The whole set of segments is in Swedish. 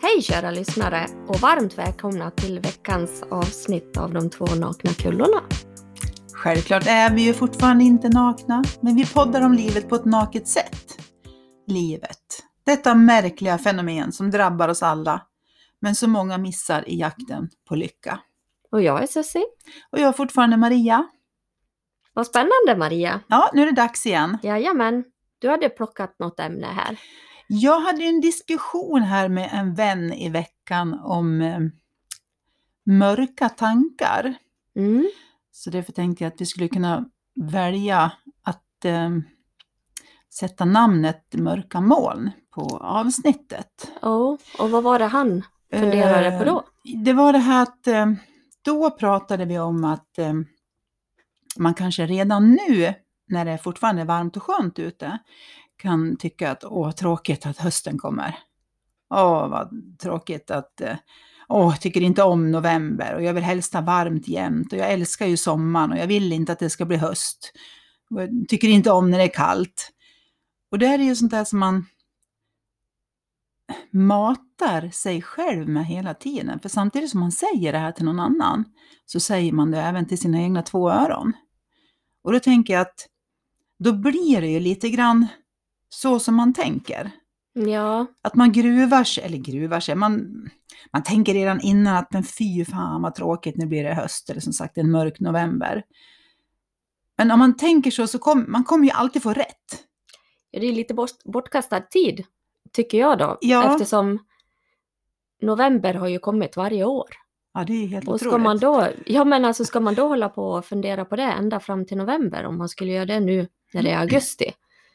Hej kära lyssnare och varmt välkomna till veckans avsnitt av de två nakna kullorna. Självklart är vi ju fortfarande inte nakna, men vi poddar om livet på ett naket sätt. Livet. Detta märkliga fenomen som drabbar oss alla, men så många missar i jakten på lycka. Och jag är Sussie. Och jag är fortfarande Maria. Vad spännande Maria. Ja, nu är det dags igen. Jajamän, du hade plockat något ämne här. Jag hade en diskussion här med en vän i veckan om mörka tankar. Så därför tänkte jag att vi skulle kunna välja att sätta namnet Mörka moln på avsnittet. Och vad var det han funderade på då? Det var det här att då pratade vi om att man kanske redan nu, när det fortfarande är varmt och skönt ute, kan tycka att tråkigt att hösten kommer. Vad tråkigt att jag tycker inte om november och jag vill helst ha varmt jämt och jag älskar ju sommaren och jag vill inte att det ska bli höst. Och jag tycker inte om när det är kallt. Och det är ju sånt där som man matar sig själv med hela tiden. För samtidigt som man säger det här till någon annan så säger man det även till sina egna två öron. Och då tänker jag att då blir det ju lite grann så som man tänker. Ja. Att man gruvar sig. Man tänker redan innan att men fy fan vad tråkigt, nu blir det höst. Eller som sagt en mörk november. Men om man tänker så kommer man ju alltid få rätt. Ja, det är lite bortkastad tid, tycker jag då. Ja. Eftersom november har ju kommit varje år. Ja, det är helt och otroligt. Ska man då hålla på och fundera på det ända fram till november, om man skulle göra det nu när det är augusti,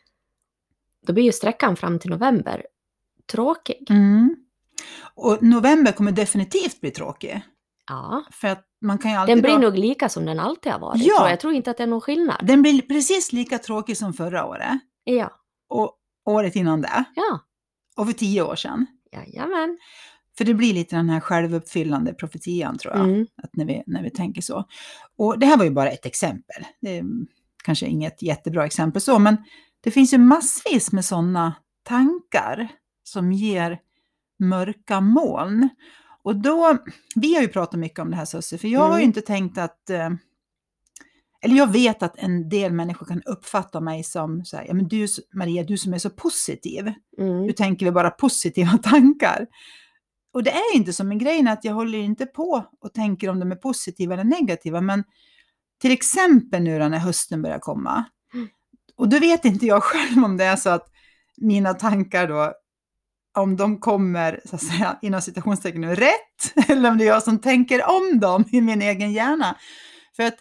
då blir ju sträckan fram till november tråkig. Och november kommer definitivt bli tråkig. Ja. För att man kan ju alltid den blir nog lika som den alltid har varit. Ja. Jag tror inte att det är någon skillnad. Den blir precis lika tråkig som förra året. Ja. Och året innan det. Ja. Och för 10 år sedan. Jajamän. För det blir lite den här självuppfyllande profetian, tror jag. Att när vi tänker så. Och det här var ju bara ett exempel. Det är kanske inget jättebra exempel så. Men det finns ju massvis med sådana tankar som ger mörka moln. Och då, vi har ju pratat mycket om det här, Sussie. För jag har ju inte tänkt att... Eller jag vet att en del människor kan uppfatta mig som så här, ja men du Maria, du som är så positiv. Du tänker väl bara positiva tankar. Och det är inte som en grej att jag håller inte på och tänker om de är positiva eller negativa. Men till exempel nu när hösten börjar komma. Och då vet inte jag själv om det är så att mina tankar då, om de kommer så att säga inom citationstecken rätt. Eller om det är jag som tänker om dem i min egen hjärna. För att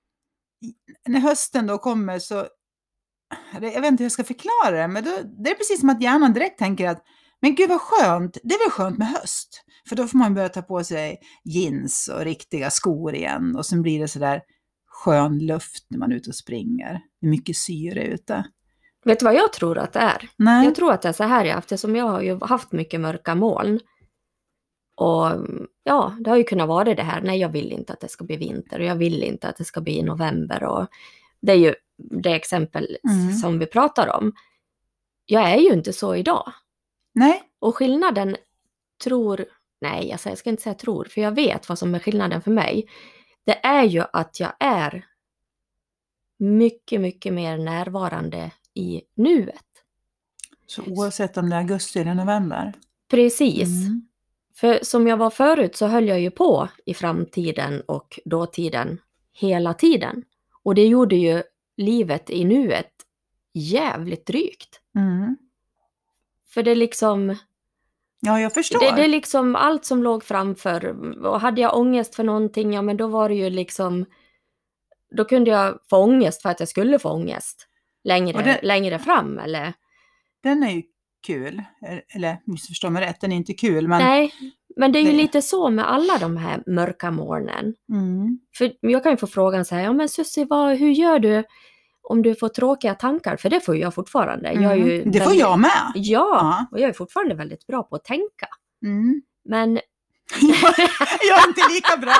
när hösten då kommer så, jag vet inte hur jag ska förklara det, men då, det är precis som att hjärnan direkt tänker att men gud vad skönt, det är väl skönt med höst. För då får man börja ta på sig jeans och riktiga skor igen. Och sen blir det sådär skön luft när man är ute och springer. Det är mycket syre ute. Vet du vad jag tror att det är? Nej. Jag tror att det är så här, eftersom jag har ju haft mycket mörka moln. Och ja, det har ju kunnat vara det här. Nej, jag vill inte att det ska bli vinter. Och jag vill inte att det ska bli november. Och det är ju det exempel som vi pratar om. Jag är ju inte så idag. Nej. Och skillnaden jag ska inte säga tror, för jag vet vad som är skillnaden för mig. Det är ju att jag är mycket, mycket mer närvarande i nuet. Så oavsett om det är augusti eller november? Precis. För som jag var förut så höll jag ju på i framtiden och dåtiden hela tiden. Och det gjorde ju livet i nuet jävligt drygt. För det liksom... Ja, jag förstår. Det är liksom allt som låg framför. Och hade jag ångest för någonting, ja men då var det ju liksom... Då kunde jag få ångest för att jag skulle få ångest längre fram. Eller... Den är ju kul. Eller missförstå mig rätt, den är inte kul. Men... Nej, men det är ju lite så med alla de här mörka molnen. För jag kan ju få frågan så här, ja men Sussie, hur gör du om du får tråkiga tankar? För det får jag fortfarande. Det får jag med. Ja, och jag är fortfarande väldigt bra på att tänka. Men... jag är inte lika bra.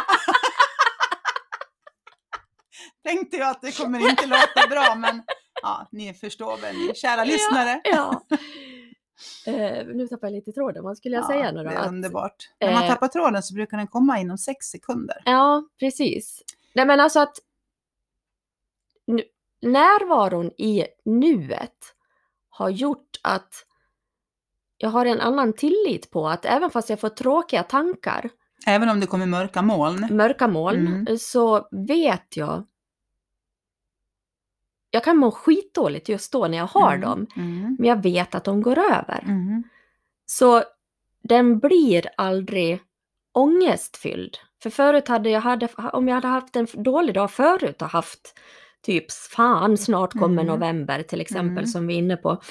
Tänkte jag att det kommer inte låta bra, men ja, ni förstår väl, ni kära lyssnare. Ja. Nu tappar jag lite tråden. Vad skulle jag säga nu då? Det är underbart. När man tappar tråden så brukar den komma inom 6 sekunder. Ja, precis. Nej, men alltså att närvaron i nuet har gjort att jag har en annan tillit på att även fast jag får tråkiga tankar, även om det kommer mörka moln, så vet jag kan må skitdåligt just då när jag har dem, men jag vet att de går över. Så den blir aldrig ångestfylld. För förut om jag hade haft en dålig dag förut och haft typ fan snart kommer november till exempel som vi är inne på.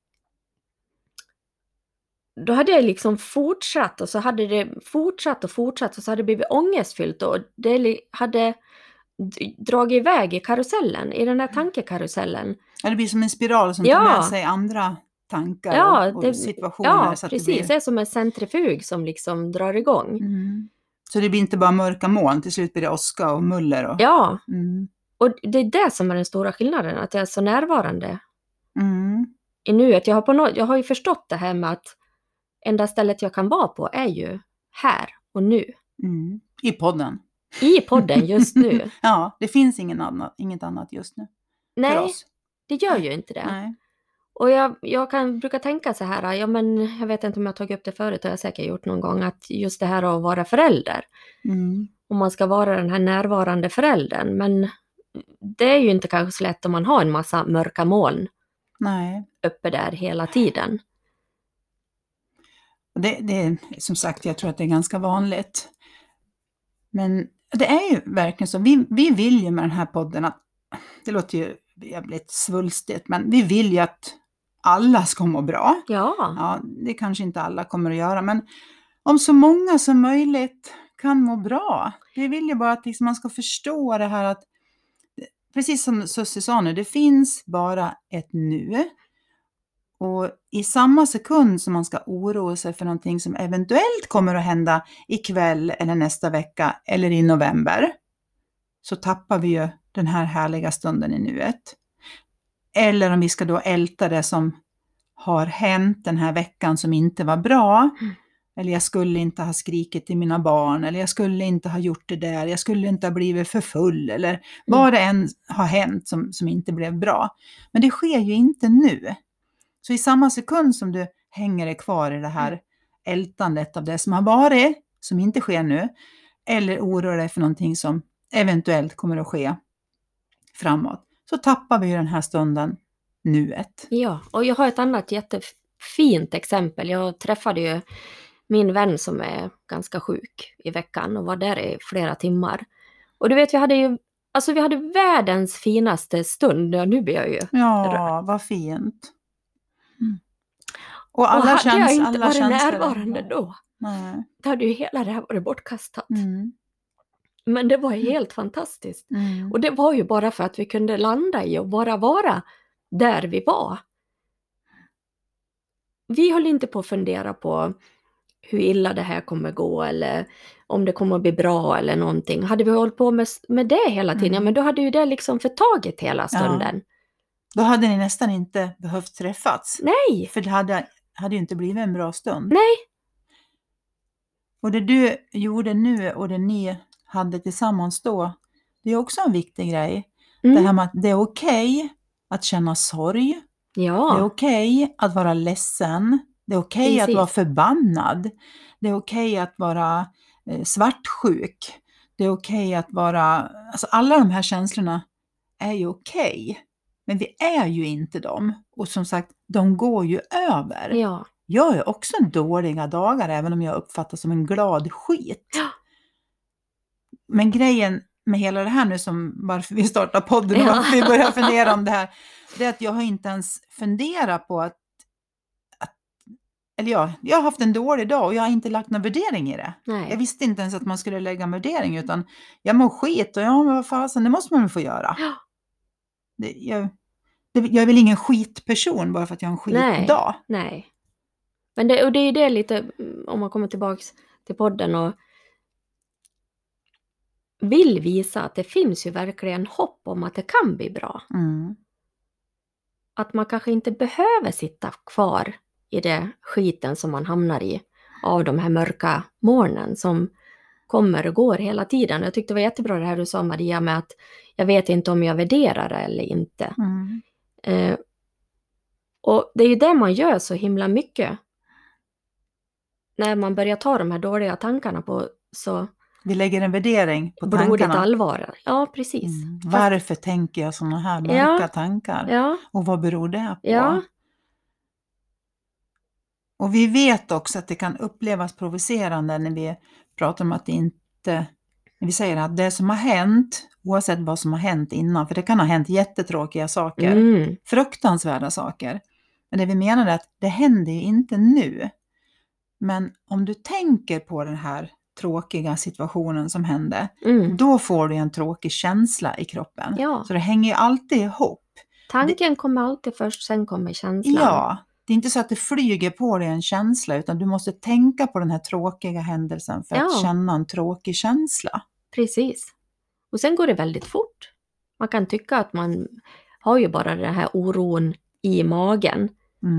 Då hade jag liksom fortsatt och så hade det fortsatt och så hade det blivit ångestfyllt och det hade dragit iväg i karusellen, i den här tankekarusellen. Ja, det blir som en spiral som tar med sig andra tankar och situationer. Ja, så att precis. Det är som en centrifug som liksom drar igång. Så det blir inte bara mörka moln, till slut blir det åska och muller. Ja, och det är det som är den stora skillnaden, att jag är så närvarande i nuet. Jag har ju förstått det här med att enda stället jag kan vara på är ju här och nu. I podden. I podden just nu. Ja, det finns inget annat just nu. Nej, för oss. Det gör ju inte det. Nej. Och jag brukar tänka så här, jag vet inte om jag har tagit upp det förut, och jag har säkert gjort någon gång, att just det här att vara förälder. Om man ska vara den här närvarande föräldern. Men det är ju inte kanske så lätt om man har en massa mörka moln uppe där hela tiden. Det är som sagt, jag tror att det är ganska vanligt. Men det är ju verkligen så. Vi vill ju med den här podden att, det låter ju jävligt svulstigt, men vi vill ju att alla ska må bra. Ja, det kanske inte alla kommer att göra, men om så många som möjligt kan må bra. Vi vill ju bara att liksom man ska förstå det här att, precis som Sussie sa nu, det finns bara ett nu. Och i samma sekund som man ska oroa sig för någonting som eventuellt kommer att hända ikväll eller nästa vecka eller i november, så tappar vi ju den här härliga stunden i nuet. Eller om vi ska då älta det som har hänt den här veckan som inte var bra. Eller jag skulle inte ha skrikit till mina barn, eller jag skulle inte ha gjort det där, jag skulle inte ha blivit för full, eller vad det än har hänt som inte blev bra. Men det sker ju inte nu. Så i samma sekund som du hänger dig kvar i det här ältandet av det som har varit, som inte sker nu, eller oroar dig för någonting som eventuellt kommer att ske framåt, så tappar vi ju den här stunden, nuet. Ja, och jag har ett annat jättefint exempel. Jag träffade ju min vän som är ganska sjuk i veckan och var där i flera timmar. Och du vet, vi hade världens finaste stund. Ja, nu blir jag ju rörd. Vad fint. Och alla hade jag inte varit känslor närvarande då, då hade ju hela det här varit bortkastat. Men det var helt fantastiskt. Och det var ju bara för att vi kunde landa i och bara vara där vi var. Vi höll inte på att fundera på hur illa det här kommer gå eller om det kommer att bli bra eller någonting. Hade vi hållit på med det hela tiden, ja, men då hade ju det liksom förtagit hela stunden. Ja. Då hade ni nästan inte behövt träffats. Nej. För det hade ju inte blivit en bra stund. Nej. Och det du gjorde nu och det ni hade tillsammans då, det är också en viktig grej. Det här med att det är okej att känna sorg. Ja. Det är okej att vara ledsen. Det är okej att vara förbannad. Det är okej att vara svartsjuk. Det är okej att vara, alltså alla de här känslorna är ju okej. Men vi är ju inte dem. Och som sagt, de går ju över. Ja. Jag är också dåliga dagar, även om jag uppfattas som en glad skit. Ja. Men grejen med hela det här nu, som varför vi startar podden och varför vi börjar fundera om det här, det är att jag har inte ens funderat på jag har haft en dålig dag och jag har inte lagt någon värdering i det. Nej. Jag visste inte ens att man skulle lägga en värdering, utan jag mår skit och men vad fasen, det måste man väl få göra. Ja. Jag är väl ingen skitperson bara för att jag har en skitdag. Nej. Men det är ju det lite, om man kommer tillbaka till podden och vill visa att det finns ju verkligen hopp om att det kan bli bra. Att man kanske inte behöver sitta kvar i det skiten som man hamnar i av de här mörka molnen som kommer och går hela tiden. Jag tyckte det var jättebra det här du sa, Maria, med att jag vet inte om jag värderar det eller inte. Och det är ju det man gör så himla mycket. När man börjar ta de här dåliga tankarna på så... Vi lägger en värdering på tankarna. Blodigt allvar. Ja, precis. Varför tänker jag sådana här mörka tankar? Ja. Och vad beror det på? Ja. Och vi vet också att det kan upplevas provocerande när vi pratar om att det inte... När vi säger att det som har hänt, oavsett vad som har hänt innan, för det kan ha hänt jättetråkiga saker, fruktansvärda saker. Men det vi menar är att det händer ju inte nu. Men om du tänker på den här tråkiga situationen som hände, då får du en tråkig känsla i kroppen. Ja. Så det hänger ju alltid ihop. Tanken kommer alltid först, sen kommer känslan. Ja, det är inte så att det flyger på dig en känsla, utan du måste tänka på den här tråkiga händelsen för att känna en tråkig känsla. Precis. Och sen går det väldigt fort. Man kan tycka att man har ju bara den här oron i magen.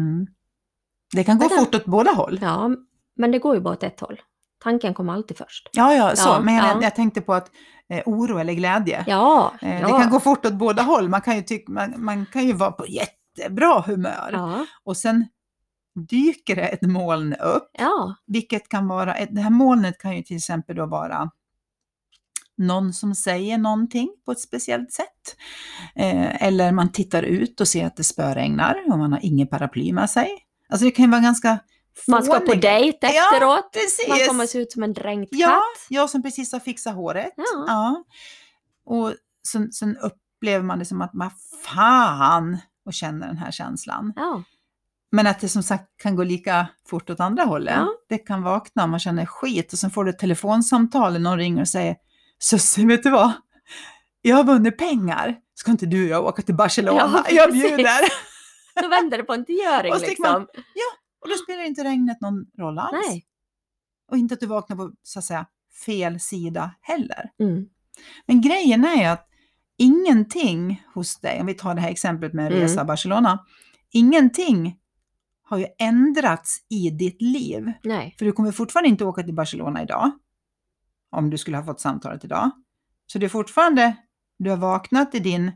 Det kan gå fort åt båda håll. Ja, men det går ju bara åt ett håll. Tanken kommer alltid först. Men jag tänkte på att oro eller glädje. Det kan gå fort åt båda håll. Man kan ju man kan ju vara på jättebra humör. Ja. Och sen dyker det ett moln upp. Ja. Vilket kan vara, det här molnet kan ju till exempel då vara någon som säger någonting på ett speciellt sätt. Eller man tittar ut och ser att det spöregnar och man har ingen paraply med sig. Alltså det kan ju vara ganska man ska på dejt efteråt. Ja, precis. Man kommer se ut som en dränkt katt. Ja, jag som precis har fixat håret. Ja. Och sen upplever man det som att man fan och känner den här känslan. Ja. Men att det som sagt kan gå lika fort åt andra hållet. Ja. Det kan vakna och man känner skit och sen får du ett telefonsamtal och någon ringer och säger Sussie, vet du vad? Jag har vunnit pengar. Ska inte du och jag åka till Barcelona? Jag bjuder. Då vänder det på en tioöring liksom. Och då spelar inte regnet någon roll alls. Nej. Och inte att du vaknar på så att säga fel sida heller. Men grejen är ju att ingenting hos dig, om vi tar det här exemplet med resa Barcelona, ingenting har ju ändrats i ditt liv. Nej. För du kommer fortfarande inte åka till Barcelona idag. Om du skulle ha fått samtalet idag. Så det är fortfarande, du har vaknat i din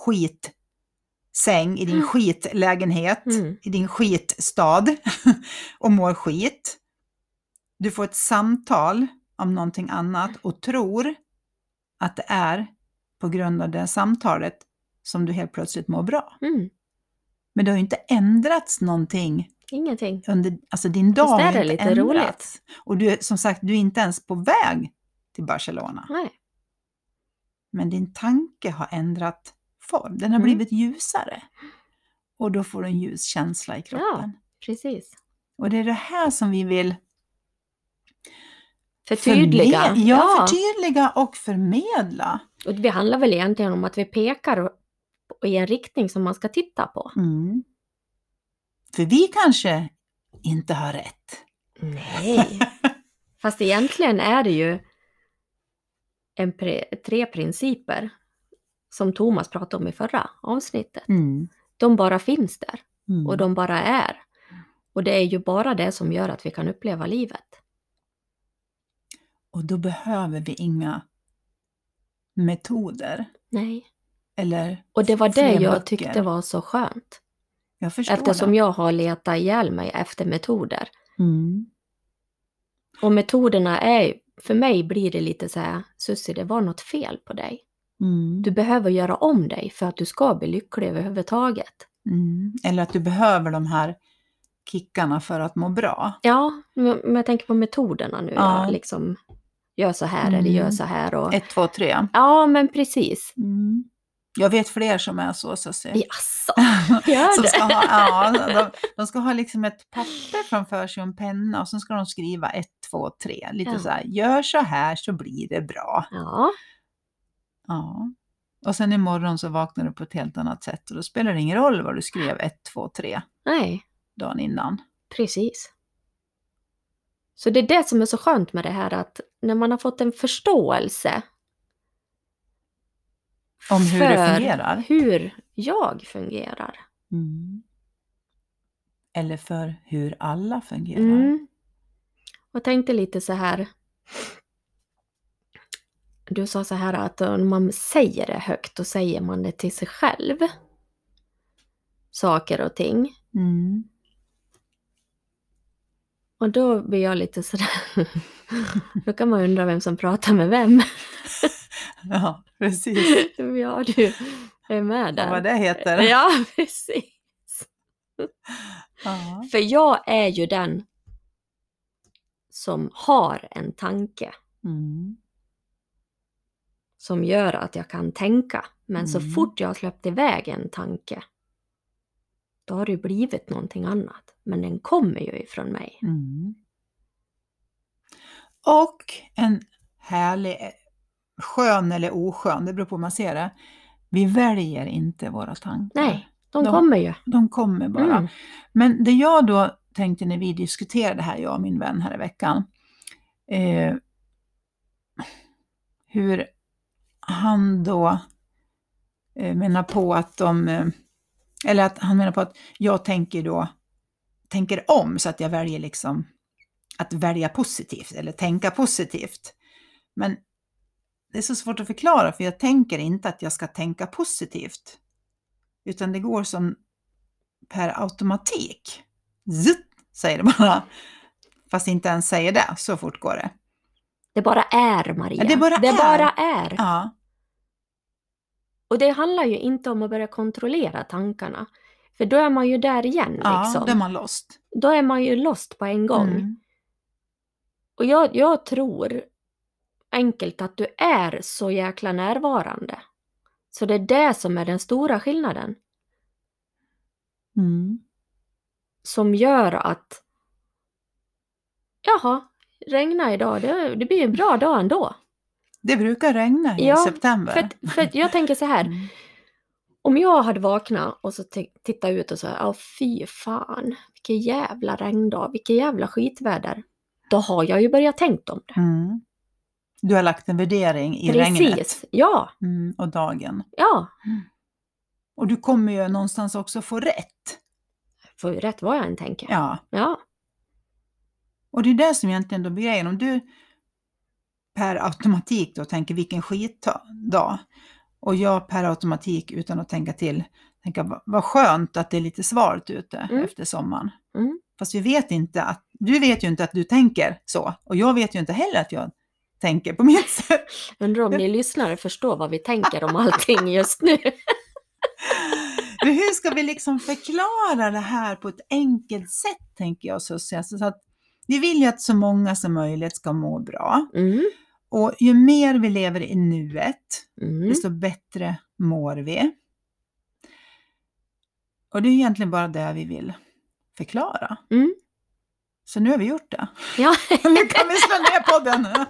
skitsäng, i din skitlägenhet, i din skitstad och mår skit. Du får ett samtal om någonting annat och tror att det är på grund av det samtalet som du helt plötsligt mår bra. Men det har ju inte ändrats någonting. Ingenting. Alltså din dag har inte lite ändrats. Roligt. Och du, som sagt, du är inte ens på väg till Barcelona. Nej. Men din tanke har ändrat form. Den har blivit ljusare. Och då får du en ljus känsla i kroppen. Ja, precis. Och det är det här som vi vill förtydliga. Förtydliga och förmedla. Och det handlar väl egentligen om att vi pekar i en riktning som man ska titta på. För vi kanske inte har rätt. Nej. Fast egentligen är det ju 3 principer som Thomas pratade om i förra avsnittet. De bara finns där. Och de bara är. Och det är ju bara det som gör att vi kan uppleva livet. Och då behöver vi inga metoder. Nej. Eller och det var det jag böcker. tyckte var så skönt. Jag förstår eftersom det. Jag har letat ihjäl mig efter metoder. Och metoderna är, för mig blir det lite så här, Sussie, det var något fel på dig. Du behöver göra om dig för att du ska bli lycklig överhuvudtaget. Eller att du behöver de här kickarna för att må bra. Ja, men jag tänker på metoderna nu. Ja. Liksom, gör så här eller gör så här. Och... 1, 2, 3. Ja, men precis. Jag vet fler som är så Sussie. Jaså, gör som det? Ska ha, de ska ha liksom ett papper framför sig och en penna och så ska de skriva 1, 2, 3. Lite så här, gör så här så blir det bra. Ja. Ja. Och sen imorgon så vaknar du på ett helt annat sätt och då spelar det ingen roll vad du skrev 1, 2, 3. Nej. Dagen innan. Precis. Så det är det som är så skönt med det här, att när man har fått en förståelse om hur det fungerar. Hur jag fungerar. eller för hur alla fungerar? Mm. Och tänkte lite så här. Du sa så här att om man säger det högt, då säger man det till sig själv. Saker och ting. Mm. Och då blir jag lite sådär. Då kan man undra vem som pratar med vem. Ja, precis. Ja, du är med där. Och vad det heter. Ja, precis. Ja. För jag är ju den som har en tanke. Mm. Som gör att jag kan tänka. Men så fort jag har släppt iväg en tanke, då har det ju blivit någonting annat. Men den kommer ju ifrån mig. Mm. Och en härlig, skön eller oskön, det beror på hur man ser det. Vi väljer inte våra tankar. Nej, de kommer ju. De kommer bara. Mm. Men det jag då tänkte när vi diskuterade det här, jag och min vän här i veckan. Hur han då menar på att eller att han menar på att jag tänker om så att jag väljer liksom att välja positivt eller tänka positivt. Men det är så svårt att förklara, för jag tänker inte att jag ska tänka positivt. Utan det går som per automatik. Zutt, säger det bara. Fast inte ens säger det, så fort går det. Det bara är, Maria. Ja, det bara är. Ja. Och det handlar ju inte om att börja kontrollera tankarna. För då är man ju där igen. Ja, liksom. då är man lost. Då är man ju lost på en gång. Mm. Och jag tror enkelt att du är så jäkla närvarande. Så det är det som är den stora skillnaden. Mm. Som gör att regna idag, det blir en bra dag ändå. Det brukar regna i september. För jag tänker så här. Om jag hade vaknat och så tittat ut och så fy fan, vilken jävla regndag, vilken jävla skitväder. Då har jag ju börjat tänkt om det. Mm. Du har lagt en värdering i regnet. Precis, ja. Och dagen. Ja. Och du kommer ju någonstans också få rätt. Får ju rätt vad jag än tänker. Ja. Och det är det som egentligen då blir grejen. Om du per automatik då tänker vilken skitdag. Och jag per automatik utan att tänka vad skönt att det är lite svalt ute efter sommaren. Mm. Fast du vet ju inte att du tänker så. Och jag vet ju inte heller att jag tänker på mitt sätt. Undrar om ni lyssnare förstår vad vi tänker om allting just nu. Men hur ska vi liksom förklara det här på ett enkelt sätt, tänker jag, Susie? Så att vi vill ju att så många som möjligt ska må bra. Mm. Och ju mer vi lever i nuet, desto bättre mår vi. Och det är egentligen bara det vi vill förklara. Mm. Så nu har vi gjort det. Ja. Nu kan vi slå ner podden.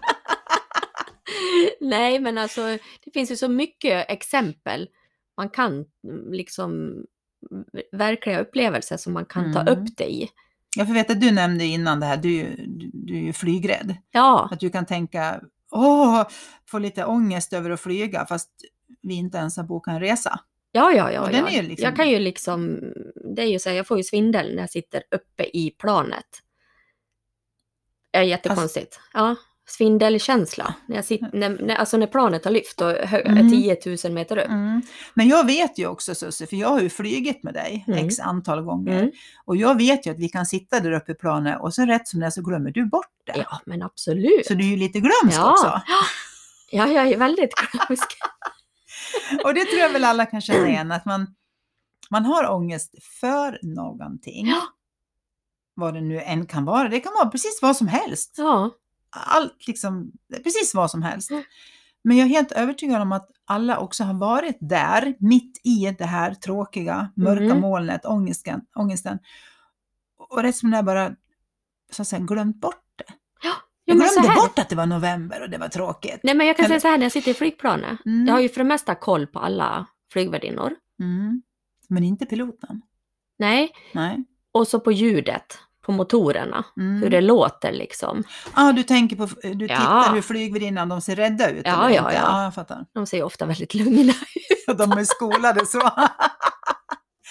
Nej, men alltså det finns ju så mycket exempel. Man kan liksom verkliga upplevelser som man kan ta upp det i. Jag får veta att du nämnde innan det här, du är ju flygrädd. Ja. Att du kan tänka, få lite ångest över att flyga fast vi inte ens har bokat en resa. Ja. Den är ju liksom... Jag kan ju liksom, det är ju så här, jag får ju svindel när jag sitter uppe i planet. Det är jättekonstigt. Ja, svindelkänsla. När jag sitter, alltså när planet har lyft och är 10 000 meter upp. Men jag vet ju också, Susie, för jag har ju flygit med dig x antal gånger. Och jag vet ju att vi kan sitta där uppe i planet och så rätt som det är så glömmer du bort det. Ja, men absolut. Så du är ju lite glömsk också. Ja, jag är väldigt glömsk. Och det tror jag väl alla kan känna igen, att man har ångest för någonting. Ja. Vad det nu än kan vara. Det kan vara precis vad som helst. Ja. Allt liksom, precis vad som helst. Men jag är helt övertygad om att alla också har varit där, mitt i det här tråkiga, mörka molnet, ångesten. Och rätt som det är bara, så att säga, glömt bort det. Ja. Jag glömde bort att det var november och det var tråkigt. Nej, men jag kan säga så här, när jag sitter i flygplanet. Jag har ju för det mesta koll på alla flygvärdinnor. Men inte piloten. Nej. Och så på ljudet. På motorerna. Hur det låter liksom. Du tänker på, du tittar hur flygvärdinnan, de ser rädda ut. Ja, jag fattar. De ser ofta väldigt lugna ut. De är skolade så.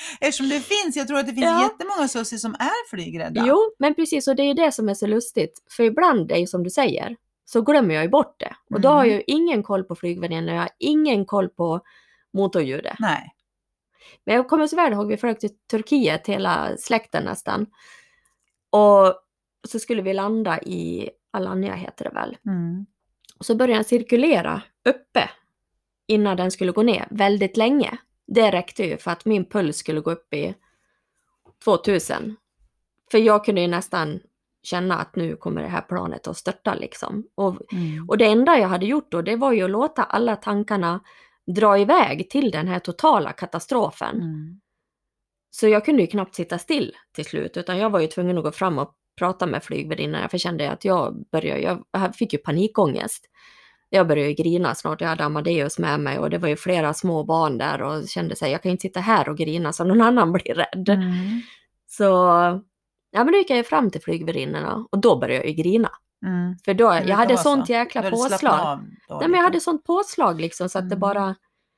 Eftersom det finns, jag tror att det finns jättemånga sossar som är flygrädda. Jo, men precis, och det är ju det som är så lustigt. För ibland, det är ju som du säger, så glömmer jag ju bort det. Och då har jag ju ingen koll på flygvärdinnan, jag har ingen koll på motorljudet. Nej. Men jag kommer så väl ihåg, vi flög till Turkiet, hela släkten nästan. Och så skulle vi landa i Alanya, heter det väl. Och så började den cirkulera uppe innan den skulle gå ner väldigt länge. Det räckte ju för att min puls skulle gå upp i 2000. För jag kunde ju nästan känna att nu kommer det här planet att störta liksom. Och det enda jag hade gjort då, det var ju att låta alla tankarna dra iväg till den här totala katastrofen. Så jag kunde ju knappt sitta still till slut, utan jag var ju tvungen att gå fram och prata med flygvärdinnan. Jag kände att jag fick ju panikångest. Jag började ju grina snart, jag hade Amadeus med mig och det var ju flera små barn där och kände sig, jag kan inte sitta här och grina så någon annan blir rädd. Så ja, men då gick jag fram till flygvärdinnorna och då började jag ju grina. För då, jag hade sånt så. Jäkla påslag. Nej, men jag hade sånt påslag liksom så att det bara...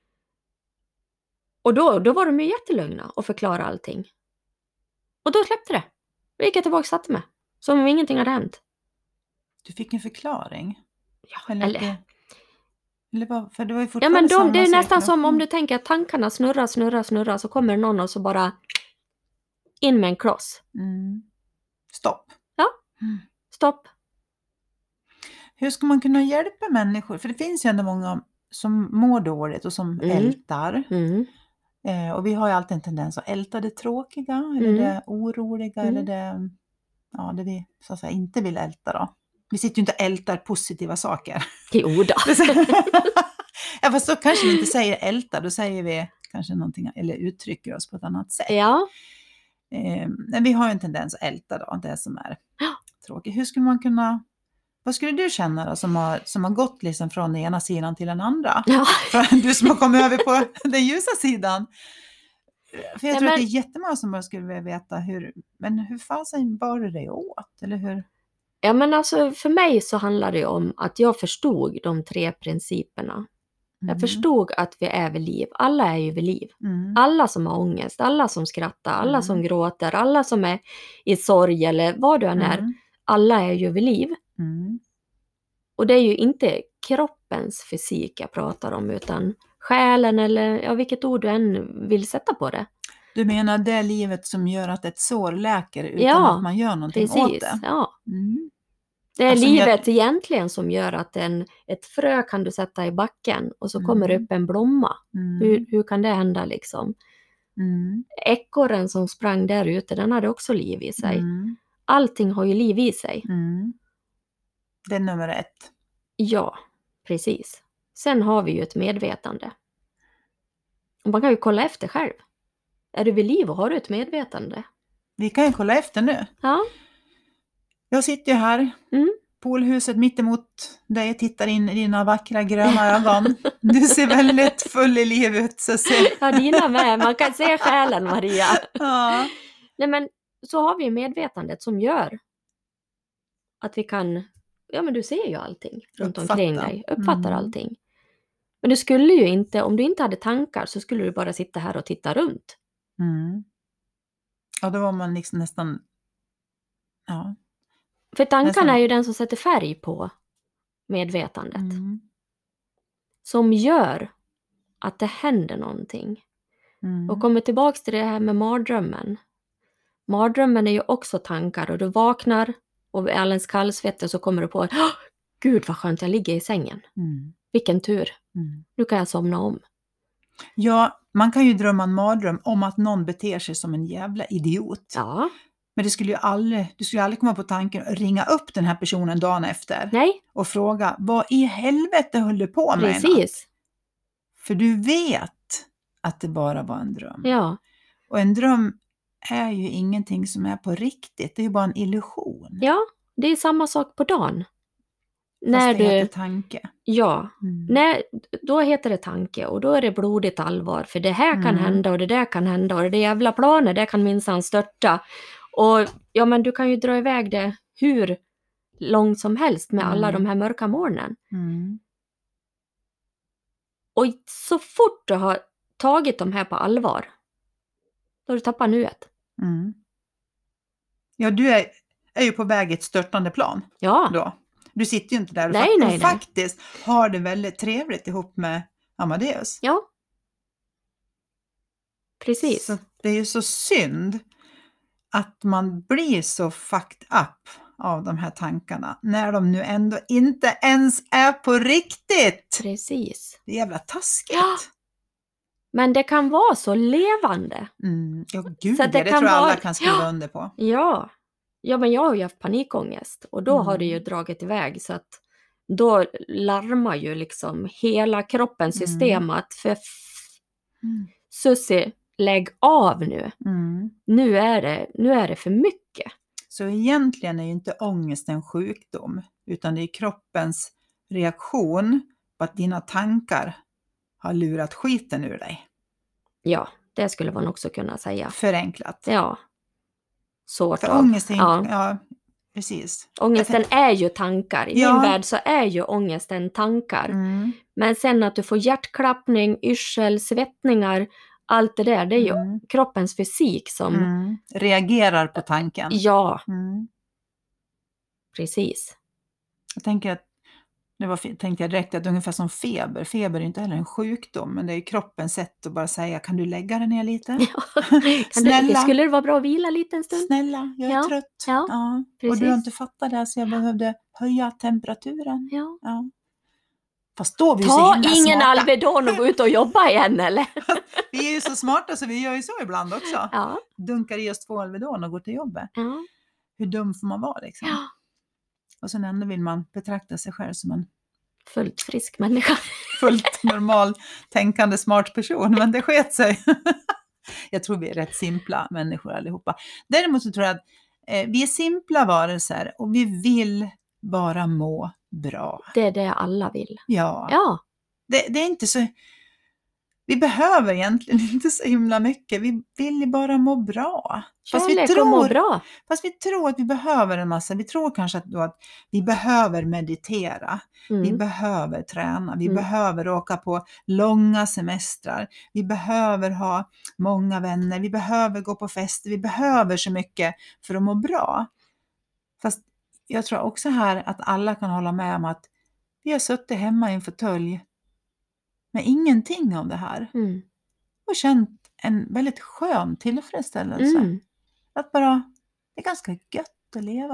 Och då var de ju jättelugna och förklara allting. Och då släppte det. Då gick jag tillbaka och satte mig. Som om ingenting hade hänt. Du fick en förklaring? Ja, eller vad, för det var ju ja, men det är nästan som om du tänker att tankarna snurrar så kommer någon och så bara in med en kloss. Stopp. Ja, stopp. Hur ska man kunna hjälpa människor? För det finns ju ändå många som mår dåligt och som ältar. Och vi har ju alltid en tendens att älta det tråkiga eller det oroliga eller det vi så att säga inte vill älta då. Vi sitter ju inte och ältar positiva saker. Jo då. Ja, fast så kanske vi inte säger älta, då säger vi kanske någonting eller uttrycker oss på ett annat sätt. Ja. Men vi har ju en tendens att älta då, det som är tråkigt. Hur skulle man kunna... Vad skulle du känna då, som har gått liksom från den ena sidan till den andra? Ja. Du som har kommit över på den ljusa sidan. För jag tror att det är jättemånga som bara skulle vilja veta hur fasen bar du dig åt? Eller hur? Ja, men alltså för mig så handlar det om att jag förstod de 3 principerna. Jag förstod att vi är vid liv. Alla är ju vid liv. Alla som har ångest, alla som skrattar, alla som gråter, alla som är i sorg eller vad du än är. Alla är ju vid liv. Och det är ju inte kroppens fysik jag pratar om, utan själen eller vilket ord du än vill sätta på det. Du menar det livet som gör att ett sår läker utan att man gör någonting åt det? Ja, det är alltså livet egentligen som gör att ett frö kan du sätta i backen och så kommer det upp en blomma. Hur kan det hända liksom? Ekorren som sprang där ute, den hade också liv i sig. Allting har ju liv i sig. Det är nummer 1. Ja, precis. Sen har vi ju ett medvetande. Och man kan ju kolla efter själv. Är du vid liv och har du ett medvetande? Vi kan ju kolla efter nu. Ja. Jag sitter ju här, poolhuset mitt emot dig, tittar in i dina vackra gröna ögon. Du ser väldigt full i liv ut. Ja, dina med. Man kan se själen, Maria. Ja. Nej, men så har vi medvetandet som gör att vi kan, men du ser ju allting runt omkring dig, uppfattar allting. Men du skulle ju inte, om du inte hade tankar så skulle du bara sitta här och titta runt. Ja, då var man liksom nästan, För tankarna är ju den som sätter färg på medvetandet. Som gör att det händer någonting. Och kommer tillbaka till det här med mardrömmen. Mardrömmen är ju också tankar och du vaknar och är alldeles kallsvettig så kommer du på att gud vad skönt, jag ligger i sängen. Vilken tur. Nu kan jag somna om. Ja, man kan ju drömma en mardröm om att någon beter sig som en jävla idiot. Ja. Men du skulle aldrig komma på tanken att ringa upp den här personen dagen efter. Nej. Och fråga, vad i helvete höll du på med? Precis. För du vet att det bara var en dröm. Ja. Och en dröm är ju ingenting som är på riktigt. Det är ju bara en illusion. Ja, det är samma sak på dagen. Fast det heter tanke. Ja, då heter det tanke och då är det blodigt allvar. För det här kan hända och det där kan hända och det jävla planet, det kan minsann störta. Och men du kan ju dra iväg det hur långt som helst med alla de här mörka molnen. Och så fort du har tagit de här på allvar, Då har du tappat nuet. Mm. Ja, du är ju på väg i ett störtande plan. Ja. Då. Du sitter ju inte där Nej. faktiskt har det väldigt trevligt ihop med Amadeus. Ja. Precis. Så det är ju så synd att man blir så fucked up av de här tankarna när de nu ändå inte ens är på riktigt. Precis. Det är jävla taskigt. Ja. Men det kan vara så levande. Ja, gud, så det tror jag alla kan skriva under på. Ja, men jag har ju haft panikångest och då har det ju dragit iväg så att då larmar ju liksom hela kroppens system att Susie, lägg av nu. Nu är det för mycket. Så egentligen är ju inte ångest en sjukdom, utan det är kroppens reaktion på att dina tankar har lurat skiten ur dig. Ja, det skulle man också kunna säga. Förenklat. Ja. Sort för av. Ångesten, ja, precis. Ångesten är ju tankar. I min värld så är ju ångesten tankar. Men sen att du får hjärtklappning, yrsel, svettningar, allt det där, det är ju kroppens fysik som reagerar på tanken. Ja. Precis. Jag tänker att tänkte jag direkt att det är ungefär som feber. Feber är inte heller en sjukdom, men det är kroppens sätt att bara säga, kan du lägga dig ner lite? Ja. Snälla. Skulle det vara bra att vila lite en stund? Snälla, jag är trött. Ja. Och du har inte fattat det, så jag behövde höja temperaturen. Ja. Fast då är vi Ta så ingen smarta. Alvedon och gå ut och jobba igen, eller? Vi är ju så smarta så vi gör ju så ibland också. Ja. Dunkar i oss 2 Alvedon och går till jobbet. Ja. Hur dum får man vara liksom? Ja. Och sen ändå vill man betrakta sig själv som en fullt frisk människa. Fullt normal, tänkande, smart person. Men det sket sig. Jag tror vi är rätt simpla människor allihopa. Däremot så tror jag att vi är simpla varelser och vi vill bara må bra. Det är det alla vill. Ja. Det är inte så... Vi behöver egentligen inte så himla mycket. Vi vill ju bara må bra. Fast vi tror att vi behöver en massa. Vi tror kanske att vi behöver meditera. Vi behöver träna. Vi behöver åka på långa semestrar. Vi behöver ha många vänner. Vi behöver gå på fester. Vi behöver så mycket för att må bra. Fast jag tror också här att alla kan hålla med om att vi har suttit hemma i en fåtölj med ingenting av det här. Och känt en väldigt skön tillfredsställelse. Att bara, det är ganska gött att leva.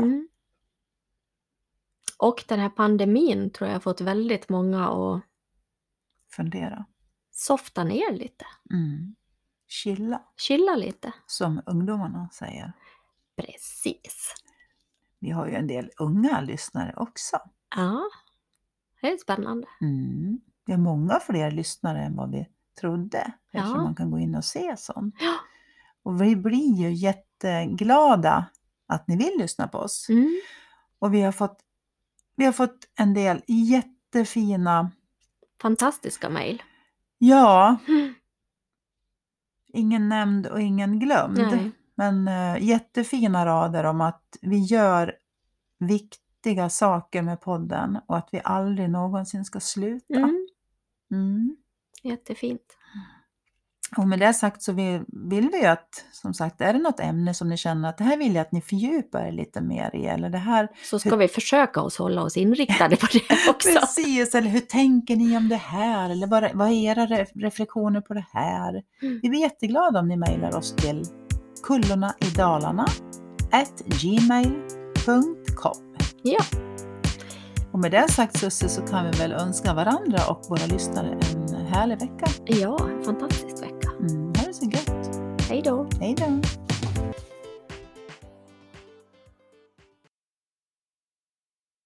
Och den här pandemin tror jag har fått väldigt många att fundera. Softa ner lite. Chilla lite. Som ungdomarna säger. Precis. Vi har ju en del unga lyssnare också. Ja, det är spännande. Det är många fler lyssnare än vad vi trodde. Eftersom man kan gå in och se sånt. Ja. Och vi blir ju jätteglada att ni vill lyssna på oss. Och vi har fått en del jättefina... fantastiska mejl. Ja. Ingen nämnd och ingen glömd. Nej. Men jättefina rader om att vi gör viktiga saker med podden. Och att vi aldrig någonsin ska sluta. Jättefint. Och med det sagt så vill vi att, som sagt, är det något ämne som ni känner att det här vill jag att ni fördjupar er lite mer i, eller det här... Så ska vi försöka hålla oss inriktade på det också. Precis, eller hur tänker ni om det här? Eller vad är era reflektioner på det här? Vi blir jätteglada om ni mejlar oss till kullornaidalarna@gmail.com. Ja. Och med det sagt så kan vi väl önska varandra och våra lyssnare en härlig vecka. Ja, fantastiskt.